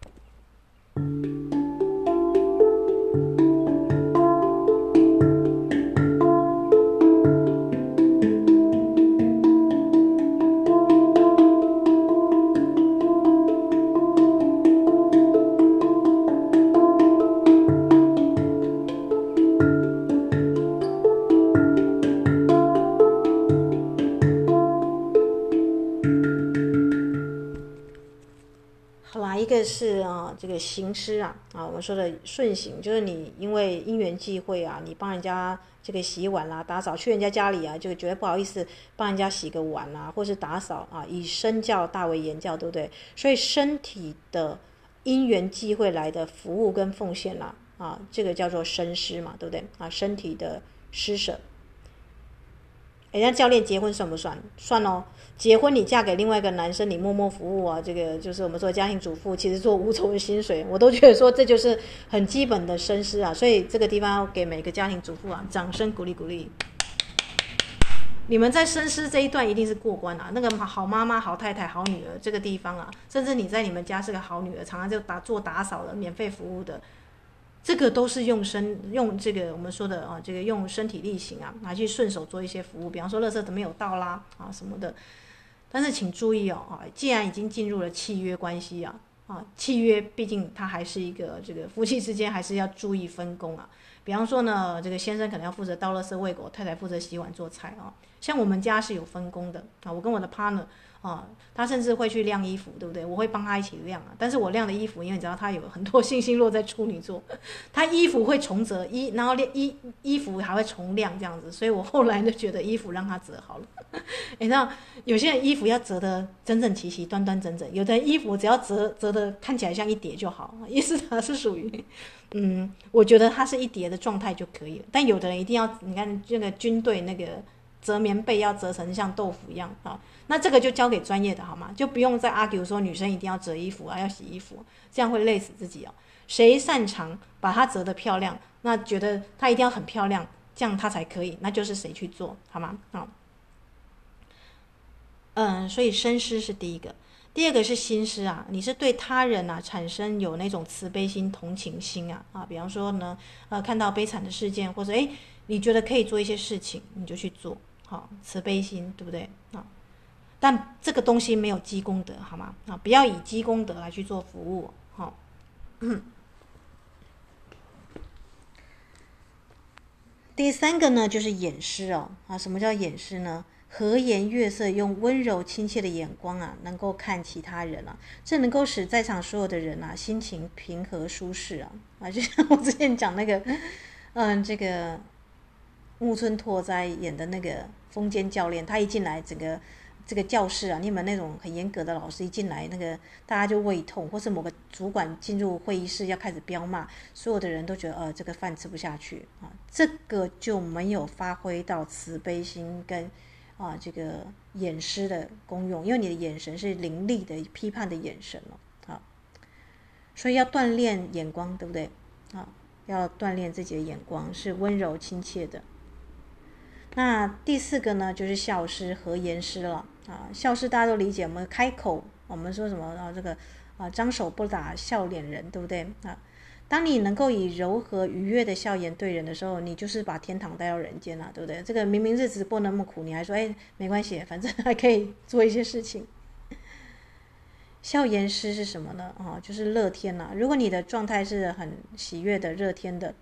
一个是这个行施我们说的顺行，就是你因为因缘际会你帮人家这个洗碗啦、打扫，去人家家里就觉得不好意思帮人家洗个碗或是打扫以身教大为言教，对不对？所以身体的因缘际会来的服务跟奉献这个叫做身施嘛，对不对身体的施舍。人家教练结婚算不算？算结婚你嫁给另外一个男生，你默默服务这个就是我们说家庭主妇，其实做无酬的薪水，我都觉得说这就是很基本的身施所以这个地方要给每个家庭主妇掌声鼓励鼓励。你们在身施这一段一定是过关那个好妈妈、好太太、好女儿这个地方甚至你在你们家是个好女儿，常常就做打扫的、免费服务的。这个都是用这个我们说的这个用身体力行来去顺手做一些服务，比方说垃圾怎么有到啦什么的。但是请注意既然已经进入了契约关系契约毕竟它还是一个这个夫妻之间还是要注意分工比方说呢，这个先生可能要负责倒垃圾喂狗，太太负责洗碗做菜啊。像我们家是有分工的啊，我跟我的 partner 啊，他甚至会去晾衣服，对不对？我会帮他一起晾啊。但是我晾的衣服，因为你知道他有很多星星落在处女座，他衣服会重折然后衣服还会重晾这样子，所以我后来就觉得衣服让他折好了。你知道有些人衣服要折得整整齐齐、端端正正，有的人衣服只要折得看起来像一叠就好。伊斯塔是属于，我觉得它是一叠的状态就可以了。但有的人一定要，你看这个军队那个折棉被要折成像豆腐一样啊，那这个就交给专业的好吗？就不用再 argue 说女生一定要折衣服啊，要洗衣服，这样会累死自己哦。谁擅长把它折得漂亮，那觉得它一定要很漂亮，这样它才可以，那就是谁去做好吗？所以身施是第一个，第二个是心施啊，你是对他人啊产生有那种慈悲心、同情心啊，比方说呢，看到悲惨的事件，或者你觉得可以做一些事情，你就去做，好，慈悲心，对不对啊？但这个东西没有积功德，好吗？不要以积功德来去做服务，好。第三个呢，就是掩饰什么叫掩饰呢？和颜悦色，用温柔亲切的眼光能够看其他人这能够使在场所有的人心情平和舒适就像我之前讲那个，这个木村拓哉演的那个风间教练，他一进来整个这个教室你们那种很严格的老师一进来，那个大家就胃痛，或是某个主管进入会议室要开始飙骂，所有的人都觉得这个饭吃不下去这个就没有发挥到慈悲心跟这个眼施的功用，因为你的眼神是凌厉的批判的眼神所以要锻炼眼光，对不对要锻炼自己的眼光是温柔亲切的。那第四个呢，就是笑施和颜施了笑施大家都理解，我们开口我们说什么这个张手不打笑脸人，对不对当你能够以柔和愉悦的笑颜对人的时候，你就是把天堂带到人间对不对？这个明明日子过那么苦，你还说没关系，反正还可以做一些事情。笑颜施是什么呢就是乐天如果你的状态是很喜悦的、乐天的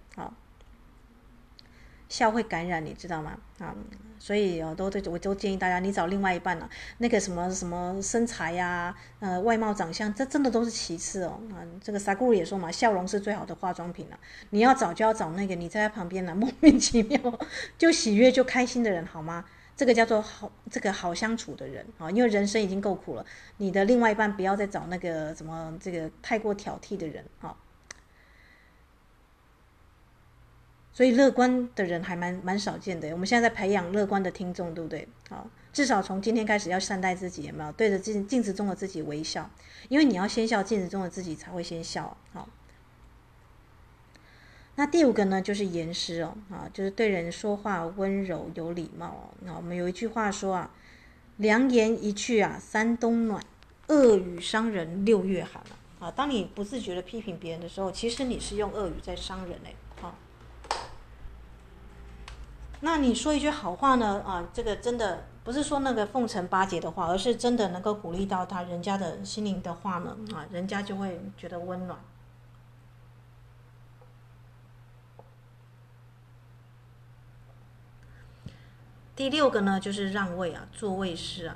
笑会感染，你知道吗所以我都建议大家，你找另外一半那个什么什么身材外貌长相，这真的都是其次这个萨古鲁也说嘛，笑容是最好的化妆品你要找就要找那个你在他旁边莫名其妙就喜悦就开心的人，好吗？这个叫做好相处的人因为人生已经够苦了，你的另外一半不要再找那个什么这个太过挑剔的人所以乐观的人还蛮少见的，我们现在在培养乐观的听众，对不对至少从今天开始要善待自己，有没有对着镜子中的自己微笑？因为你要先笑，镜子中的自己才会先笑那第五个呢，就是言施就是对人说话温柔有礼貌我们有一句话说良言一句三冬暖，恶语伤人六月寒当你不自觉的批评别人的时候，其实你是用恶语在伤人那你说一句好话呢这个真的不是说那个奉承巴结的话，而是真的能够鼓励到人家的心灵的话呢人家就会觉得温暖。第六个呢，就是让位座位施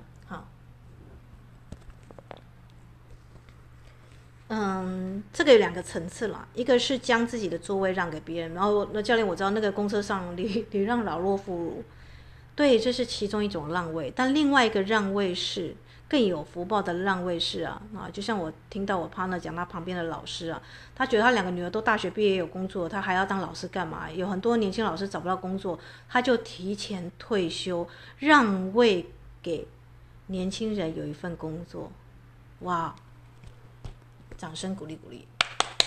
这个有两个层次啦，一个是将自己的座位让给别人，然后那教练我知道那个公车上礼让老弱妇孺，对，这是其中一种让位，但另外一个让位是更有福报的让位是就像我听到我 partner 讲他旁边的老师他觉得他两个女儿都大学毕业有工作，他还要当老师干嘛？有很多年轻老师找不到工作，他就提前退休，让位给年轻人有一份工作，哇！掌声鼓励鼓励。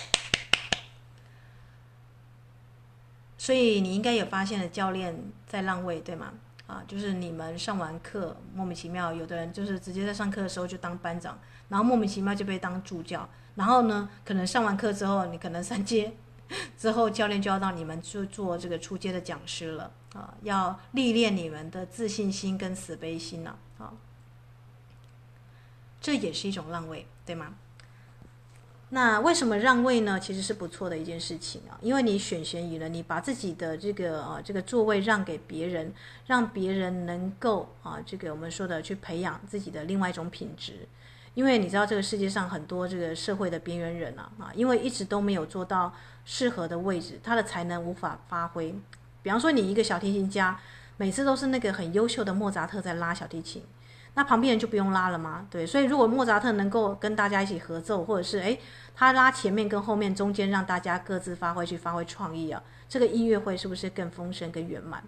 所以你应该有发现了教练在让位，对吗？就是你们上完课莫名其妙，有的人就是直接在上课的时候就当班长，然后莫名其妙就被当助教，然后呢可能上完课之后，你可能3阶之后，教练就要让你们去做这个初阶的讲师了要历练你们的自信心跟慈悲心这也是一种让位，对吗？ 那为什么让位呢？其实是不错的一件事情啊，因为你选贤与能，你把自己的这个座位让给别人，让别人能够这个我们说的去培养自己的另外一种品质。因为你知道这个世界上很多这个社会的边缘人因为一直都没有做到适合的位置，他的才能无法发挥。比方说你一个小提琴家，每次都是那个很优秀的莫扎特在拉小提琴，那旁边人就不用拉了吗？对，所以如果莫扎特能够跟大家一起合奏，或者是他拉前面跟后面中间，让大家各自发挥创意这个音乐会是不是更丰盛更圆满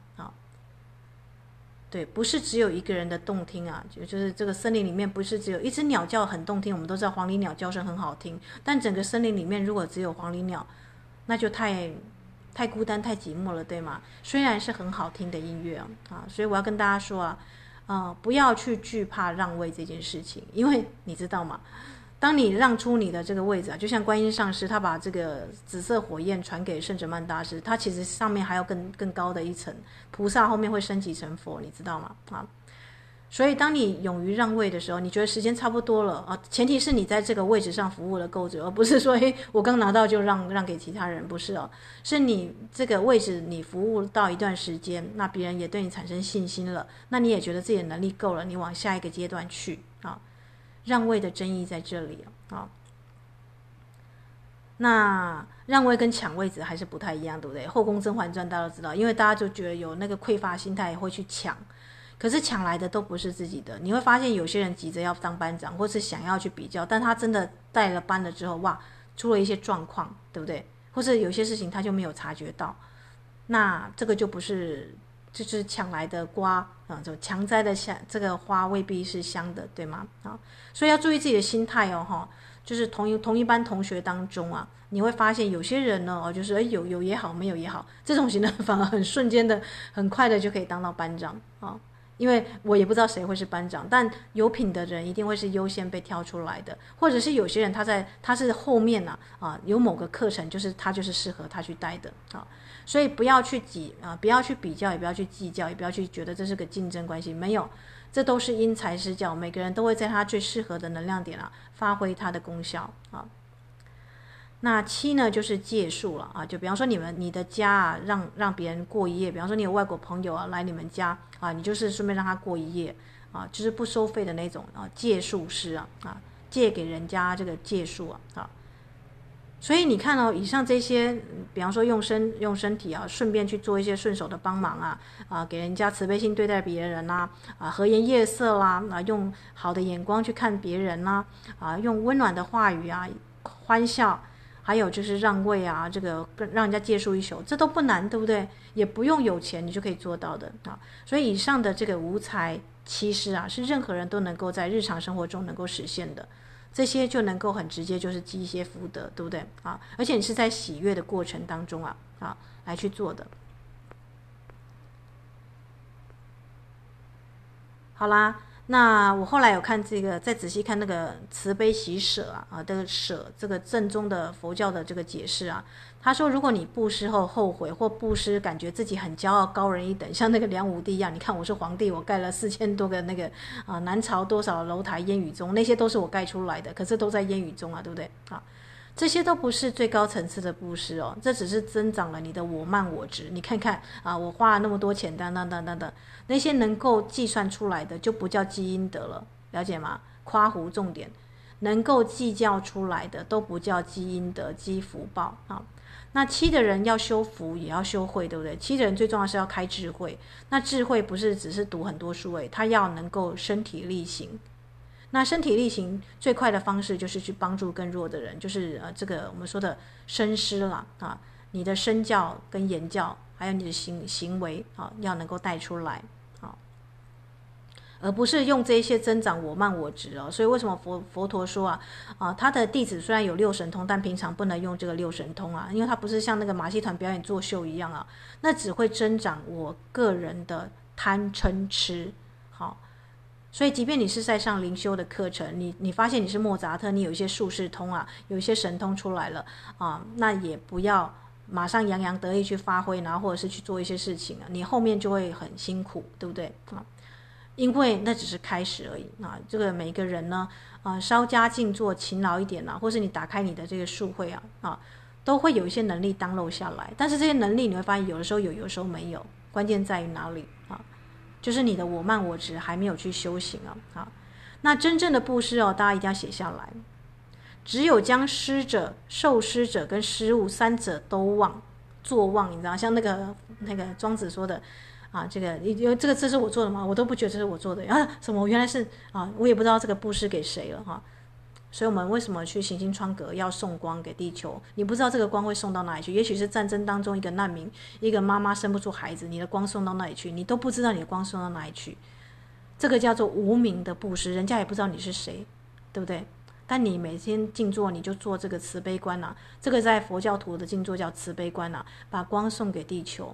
对，不是只有一个人的动听就是这个森林里面不是只有一只鸟叫很动听，我们都知道黄鹂鸟叫声很好听，但整个森林里面如果只有黄鹂鸟，那就太孤单太寂寞了，对吗？虽然是很好听的音乐所以我要跟大家说不要去惧怕让位这件事情，因为你知道吗？当你让出你的这个位置就像观音上师，他把这个紫色火焰传给圣哲曼大师，他其实上面还有更高的一层，菩萨后面会升级成佛，你知道吗？所以当你勇于让位的时候，你觉得时间差不多了前提是你在这个位置上服务了够久，而不是说我刚拿到就让给其他人，不是是你这个位置你服务到一段时间，那别人也对你产生信心了，那你也觉得自己的能力够了，你往下一个阶段去让位的争议在这里那让位跟抢位置还是不太一样，对不对？后宫甄嬛传大家都知道，因为大家就觉得有那个匮乏心态，也会去抢，可是抢来的都不是自己的。你会发现有些人急着要当班长，或是想要去比较，但他真的带了班了之后，哇，出了一些状况，对不对？或是有些事情他就没有察觉到，那这个就不是，就是抢来的瓜就强摘的这个花未必是香的，对吗？所以要注意自己的心态就是同一班同学当中你会发现有些人呢就是有也好，没有也好，这种型的反而很瞬间的很快的就可以当到班长因为我也不知道谁会是班长，但有品的人一定会是优先被挑出来的，或者是有些人他是后面有某个课程他就是适合他去带的所以不要去不要去比较，也不要去计较，也不要去觉得这是个竞争关系，没有，这都是因材施教，每个人都会在他最适合的能量点发挥他的功效那7呢就是借宿了就比方说你的家让别人过一夜，比方说你有外国朋友来你们家你就是顺便让他过一夜就是不收费的那种借宿师借给人家这个借宿所以你看以上这些，比方说用身体顺便去做一些顺手的帮忙给人家慈悲心对待别人和颜悦色啦用好的眼光去看别人用温暖的话语欢笑，还有就是让位这个让人家借宿一宿，这都不难，对不对？也不用有钱你就可以做到的所以以上的这个无财七施是任何人都能够在日常生活中能够实现的。这些就能够很直接就是积一些福德，对不对而且你是在喜悦的过程当中来去做的。好啦，那我后来有看这个，再仔细看那个慈悲喜舍这个舍这个正宗的佛教的这个解释他说如果你布施后后悔，或布施感觉自己很骄傲高人一等，像那个梁武帝一样，你看我是皇帝，我盖了4000多个那个南朝多少楼台烟雨中，那些都是我盖出来的，可是都在烟雨中对不对这些都不是最高层次的布施这只是增长了你的我慢我执。你看看我花了那么多钱等等，那些能够计算出来的就不叫积阴德了，了解吗？夸胡重点，能够计较出来的都不叫积阴德积福报那7的人要修福也要修慧，对不对？7的人最重要是要开智慧，那智慧不是只是读很多书他要能够身体力行。那身体力行最快的方式就是去帮助更弱的人，就是这个我们说的身施啦你的身教跟言教还有你的行为要能够带出来而不是用这些增长我慢我执所以为什么佛陀说他的弟子虽然有6神通，但平常不能用这个6神通因为他不是像那个马戏团表演作秀一样那只会增长我个人的贪嗔痴所以即便你是在上灵修的课程，你发现你是莫扎特，你有一些术士通有一些神通出来了那也不要马上洋洋得意去发挥，然后或者是去做一些事情你后面就会很辛苦，对不对因为那只是开始而已啊。这个每一个人呢，稍加静坐，勤劳一点啊，或是你打开你的这个数会都会有一些能力当漏下来。但是这些能力你会发现，有的时候有，有的时候没有。关键在于哪里啊？就是你的我慢我执还没有去修行啊。那真正的布施大家一定要写下来。只有将施者、受施者跟施物三者都忘，做忘，你知道，像那个庄子说的这个这是我做的吗？我都不觉得这是我做的什么？原来是我也不知道这个布施给谁了所以我们为什么去行星窗格要送光给地球？你不知道这个光会送到哪里去，也许是战争当中一个难民，一个妈妈生不出孩子，你的光送到那里去，你都不知道你的光送到哪里去。这个叫做无名的布施，人家也不知道你是谁，对不对？但你每天静坐，你就做这个慈悲观这个在佛教徒的静坐叫慈悲观把光送给地球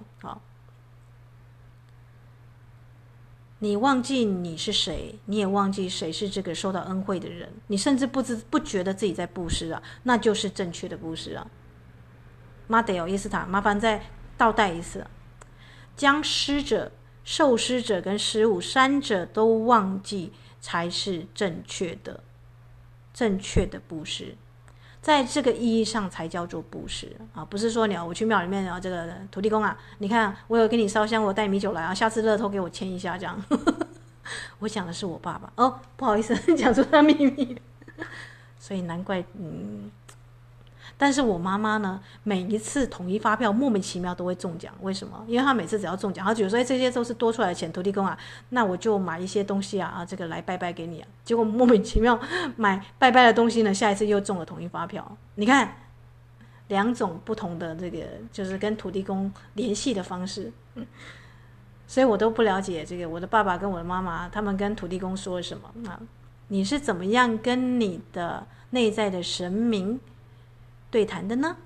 你忘记你是谁，你也忘记谁是这个受到恩惠的人，你甚至不觉得自己在布施那就是正确的布施马德耶斯塔，麻烦再倒带一次将施者、受施者跟施物三者都忘记，才是正确的布施。在这个意义上才叫做布施不是说我去庙里面这个土地公你看我有给你烧香，我带米酒来下次乐透给我签一下这样我讲的是我爸爸不好意思讲出他秘密所以难怪但是我妈妈呢，每一次统一发票莫名其妙都会中奖，为什么？因为她每次只要中奖，她觉得说这些都是多出来的钱，土地公那我就买一些东西这个来拜拜给你结果莫名其妙买拜拜的东西呢，下一次又中了统一发票。你看两种不同的这个就是跟土地公联系的方式所以我都不了解这个我的爸爸跟我的妈妈他们跟土地公说了什么你是怎么样跟你的内在的神明对谈的呢？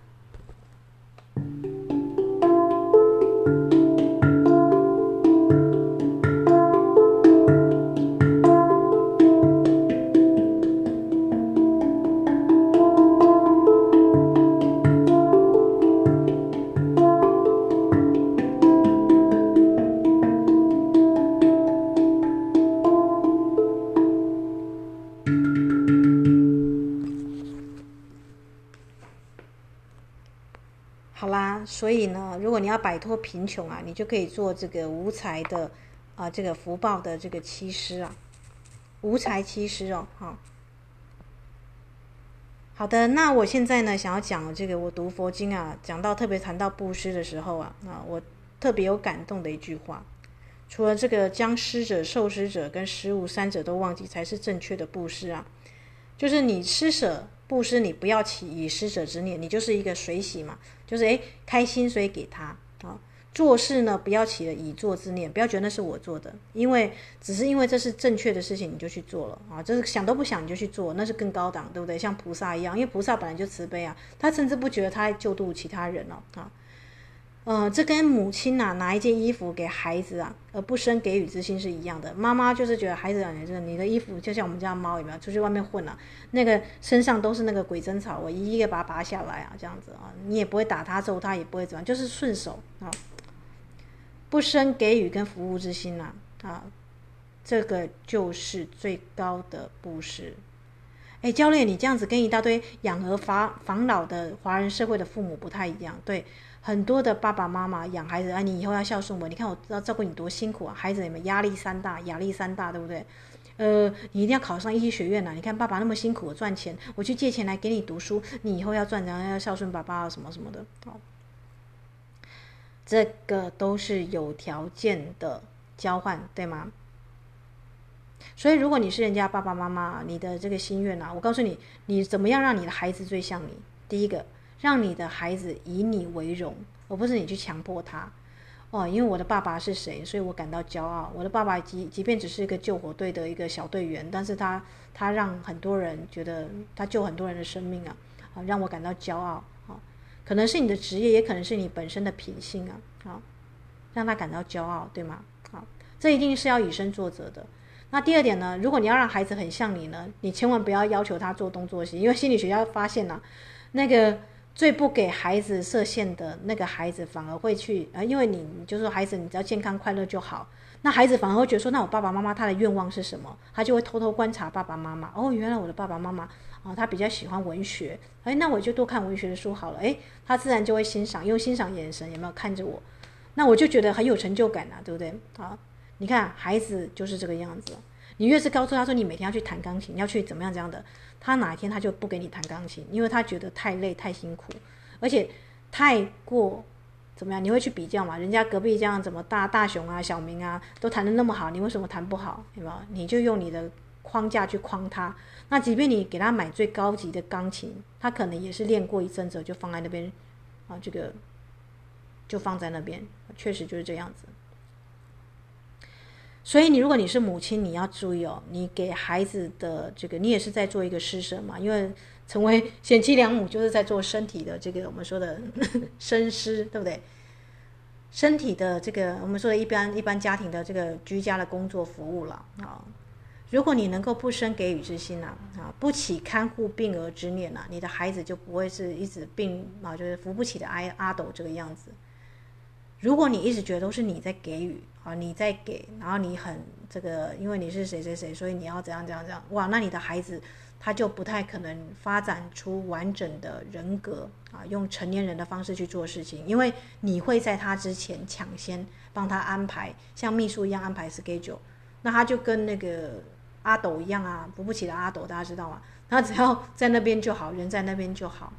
所以呢，如果你要摆脱贫穷你就可以做这个无财的这个福报的这个七施无财七施好的，那我现在呢想要讲这个我读佛经讲到特别谈到布施的时候我特别有感动的一句话，除了这个将施者、受施者跟施物三者都忘记才是正确的布施就是你施舍布施，你不要起以施者之念，你就是一个随喜嘛，就是开心所以给他做事呢不要起了以做之念，不要觉得那是我做的，只是因为这是正确的事情你就去做了这是想都不想你就去做，那是更高档，对不对？像菩萨一样，因为菩萨本来就慈悲他甚至不觉得他救度其他人这跟母亲拿一件衣服给孩子而不生给予之心是一样的。妈妈就是觉得孩子你的衣服就像我们家猫有没有出去外面混那个身上都是那个鬼针草，我一个把它拔下来这样子你也不会打他揍他，也不会怎么样，就是顺手不生给予跟服务之心这个就是最高的布施。教练，你这样子跟一大堆养儿防老的华人社会的父母不太一样。对，很多的爸爸妈妈养孩子你以后要孝顺我，你看我要照顾你多辛苦孩子你们压力山大，对不对？你一定要考上医学院你看爸爸那么辛苦，我赚钱，我去借钱来给你读书，你以后要赚钱，要孝顺爸爸什么什么的这个都是有条件的交换，对吗？所以如果你是人家爸爸妈妈，你的这个心愿我告诉你，你怎么样让你的孩子最像你？第一个，让你的孩子以你为荣，而不是你去强迫他因为我的爸爸是谁，所以我感到骄傲。我的爸爸即便只是一个救火队的一个小队员，但是他让很多人觉得他救很多人的生命让我感到骄傲可能是你的职业，也可能是你本身的品性让他感到骄傲，对吗？这一定是要以身作则的。那第二点呢，如果你要让孩子很像你呢，你千万不要要求他做东做西，因为心理学家发现那个最不给孩子设限的那个孩子反而会去因为你就说孩子你只要健康快乐就好，那孩子反而会觉得说，那我爸爸妈妈他的愿望是什么？他就会偷偷观察爸爸妈妈。哦，原来我的爸爸妈妈他比较喜欢文学，那我就多看文学的书好了。他自然就会欣赏，用欣赏眼神有没有看着我？那我就觉得很有成就感啊，对不对？你看孩子就是这个样子。你越是告诉他说你每天要去弹钢琴，要去怎么样这样的，他哪一天他就不给你弹钢琴，因为他觉得太累太辛苦，而且太过怎么样？你会去比较嘛？人家隔壁这样怎么大雄啊、小明啊都弹得那么好，你为什么弹不好？有没有？你就用你的框架去框他。那即便你给他买最高级的钢琴，他可能也是练过一阵子就放在那边这个就放在那边，确实就是这样子。所以如果你是母亲，你要注意你给孩子的这个，你也是在做一个施舍嘛，因为成为贤妻良母就是在做身体的这个我们说的身施，对不对？身体的这个我们说的一般家庭的这个居家的工作服务了如果你能够不生给予之心不起看护病儿之念你的孩子就不会是一直病就是扶不起的阿斗这个样子。如果你一直觉得都是你在给予你在给，然后你很这个，因为你是谁谁谁，所以你要怎样怎样怎样，哇，那你的孩子他就不太可能发展出完整的人格用成年人的方式去做事情，因为你会在他之前抢先帮他安排，像秘书一样安排 schedule， 那他就跟那个阿斗一样扶不起的阿斗，大家知道吗？他只要在那边就好，人在那边就好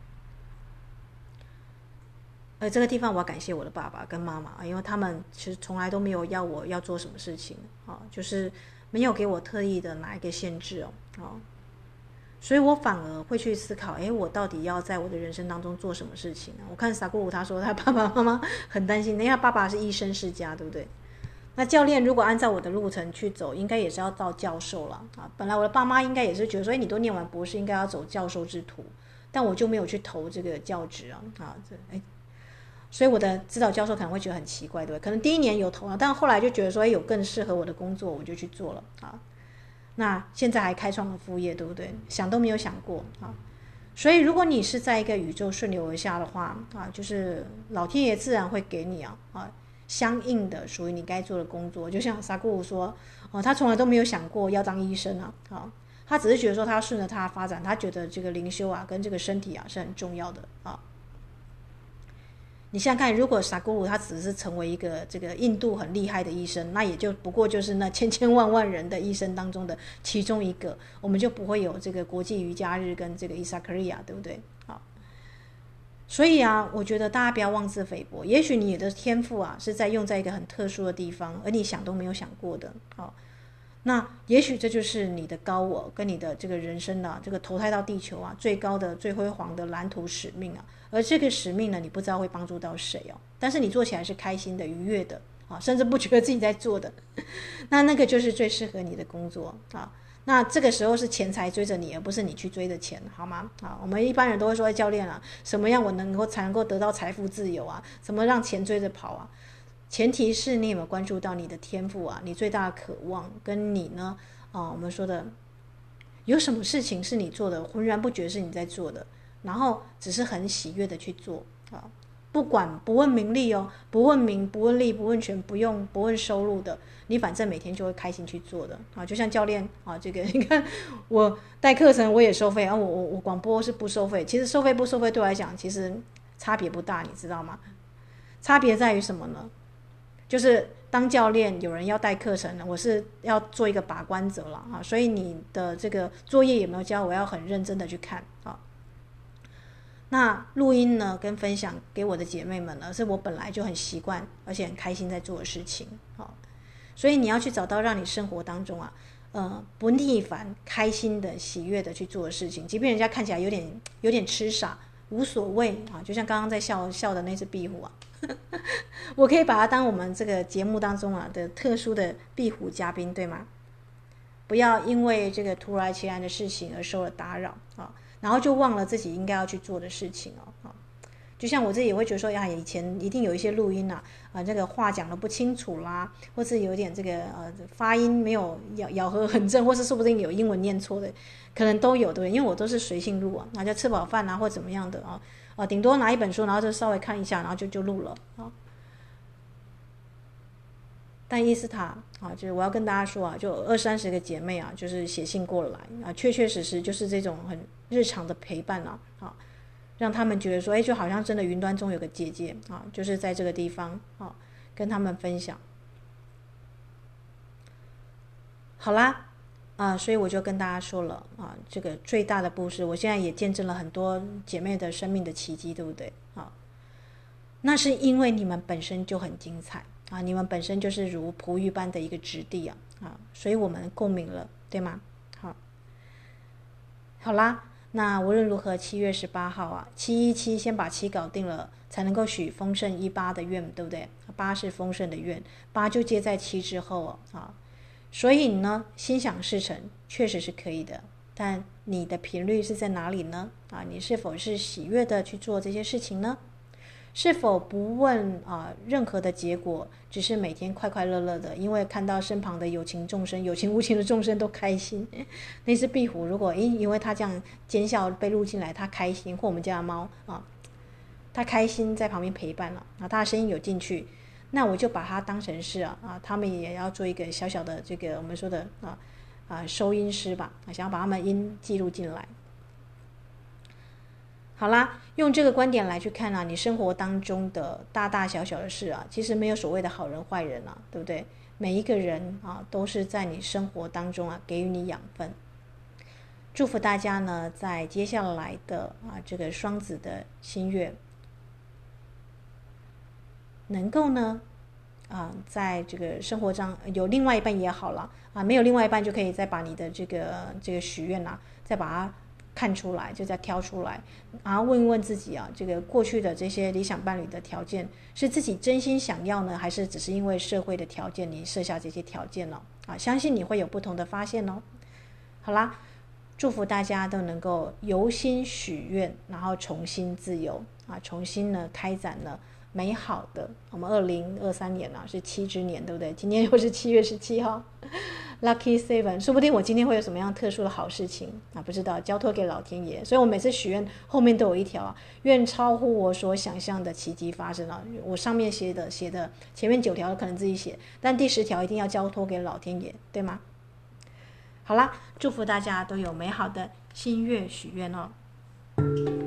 这个地方我要感谢我的爸爸跟妈妈因为他们其实从来都没有要我要做什么事情就是没有给我特意的哪一个限制所以我反而会去思考我到底要在我的人生当中做什么事情呢？我看萨古鲁他说他爸爸妈妈很担心，因为他爸爸是医生世家，对不对？那教练如果按照我的路程去走，应该也是要到教授了本来我的爸妈应该也是觉得说你都念完博士应该要走教授之途，但我就没有去投这个教职所以我的指导教授可能会觉得很奇怪，对不对？可能第一年有投但后来就觉得说有更适合我的工作，我就去做了那现在还开创了副业，对不对？想都没有想过所以如果你是在一个宇宙顺流而下的话就是老天爷自然会给你相应的属于你该做的工作。就像萨古鲁说他从来都没有想过要当医生他只是觉得说他要顺着他的发展，他觉得这个灵修跟这个身体是很重要的你想想看，如果萨古鲁他只是成为一个这个印度很厉害的医生，那也就不过就是那千万人的医生当中的其中一个，我们就不会有这个国际瑜伽日跟这个伊萨克利亚，对不对？所以我觉得大家不要妄自菲薄，也许你的天赋是在用在一个很特殊的地方，而你想都没有想过的那也许这就是你的高我跟你的这个人生这个投胎到地球最高的最辉煌的蓝图使命而这个使命呢，你不知道会帮助到谁但是你做起来是开心的、愉悦的甚至不觉得自己在做的那个就是最适合你的工作那这个时候是钱财追着你，而不是你去追的钱，好吗？我们一般人都会说教练什么样我才能够得到财富自由怎么让钱追着跑前提是你有没有关注到你的天赋你最大的渴望，跟你呢我们说的有什么事情是你做的浑然不觉是你在做的，然后只是很喜悦的去做不管不问名利不问名不问利不问权不问收入的，你反正每天就会开心去做的就像教练这个你看我带课程我也收费我广播是不收费，其实收费不收费对我来讲其实差别不大，你知道吗？差别在于什么呢？就是当教练有人要带课程我是要做一个把关者了所以你的这个作业有没有交，我要很认真的去看那录音呢跟分享给我的姐妹们呢，是我本来就很习惯而且很开心在做的事情所以你要去找到让你生活当中不逆反、开心的、喜悦的去做的事情，即便人家看起来有点痴傻，无所谓就像刚刚在笑的那只壁虎我可以把它当我们这个节目当中的特殊的壁虎嘉宾，对吗？不要因为这个突然其然的事情而受了打扰然后就忘了自己应该要去做的事情就像我自己也会觉得说以前一定有一些录音这个话讲得不清楚啦，或是有点这个发音没有咬合很正，或是说不定有英文念错的，可能都有，对不对？因为我都是随性录就吃饱饭或怎么样的顶多拿一本书，然后就稍微看一下，然后就录了啊。但伊斯塔啊，就是我要跟大家说啊，就20-30个姐妹啊，就是写信过来啊，确确实实就是这种很日常的陪伴啊，让他们觉得说，就好像真的云端中有个姐姐啊，就是在这个地方啊，跟他们分享。好啦，所以我就跟大家说了啊，这个最大的布施，我现在也见证了很多姐妹的生命的奇迹，对不对啊？那是因为你们本身就很精彩啊，你们本身就是如璞玉般的一个质地啊，所以我们共鸣了，对吗？好啦，那无论如何，7月18号啊，717先把7搞定了，才能够许丰盛18的愿，对不对？8是丰盛的愿，8就接在7之后啊。所以呢，心想事成确实是可以的，但你的频率是在哪里呢？你是否是喜悦的去做这些事情呢？是否不问任何的结果，只是每天快快乐乐的，因为看到身旁的有情众生、有情无情的众生都开心。那只壁虎如果因为它这样奸笑被录进来，它开心，或我们家的猫它开心在旁边陪伴了它的声音有进去，那我就把它当成是他们也要做一个小小的这个我们说的收音师吧，想要把他们音记录进来。好啦，用这个观点来去看你生活当中的大大小小的事其实没有所谓的好人坏人对不对？每一个人都是在你生活当中给予你养分。祝福大家呢，在接下来的这个双子的新月，能够呢在这个生活上有另外一半也好了没有另外一半就可以再把你的这个许愿再把它看出来，就再挑出来，然后问一问自己这个过去的这些理想伴侣的条件是自己真心想要呢，还是只是因为社会的条件你设下这些条件呢？相信你会有不同的发现哦。好啦，祝福大家都能够由心许愿，然后重新自由重新呢开展了美好的我们2023年是7之年，对不对？今天又是7月17号Lucky 7， 说不定我今天会有什么样特殊的好事情不知道，交托给老天爷。所以我每次许愿后面都有一条愿超乎我所想象的奇迹发生我上面写的前面9条可能自己写，但第10条一定要交托给老天爷，对吗？好啦，祝福大家都有美好的新月许愿哦。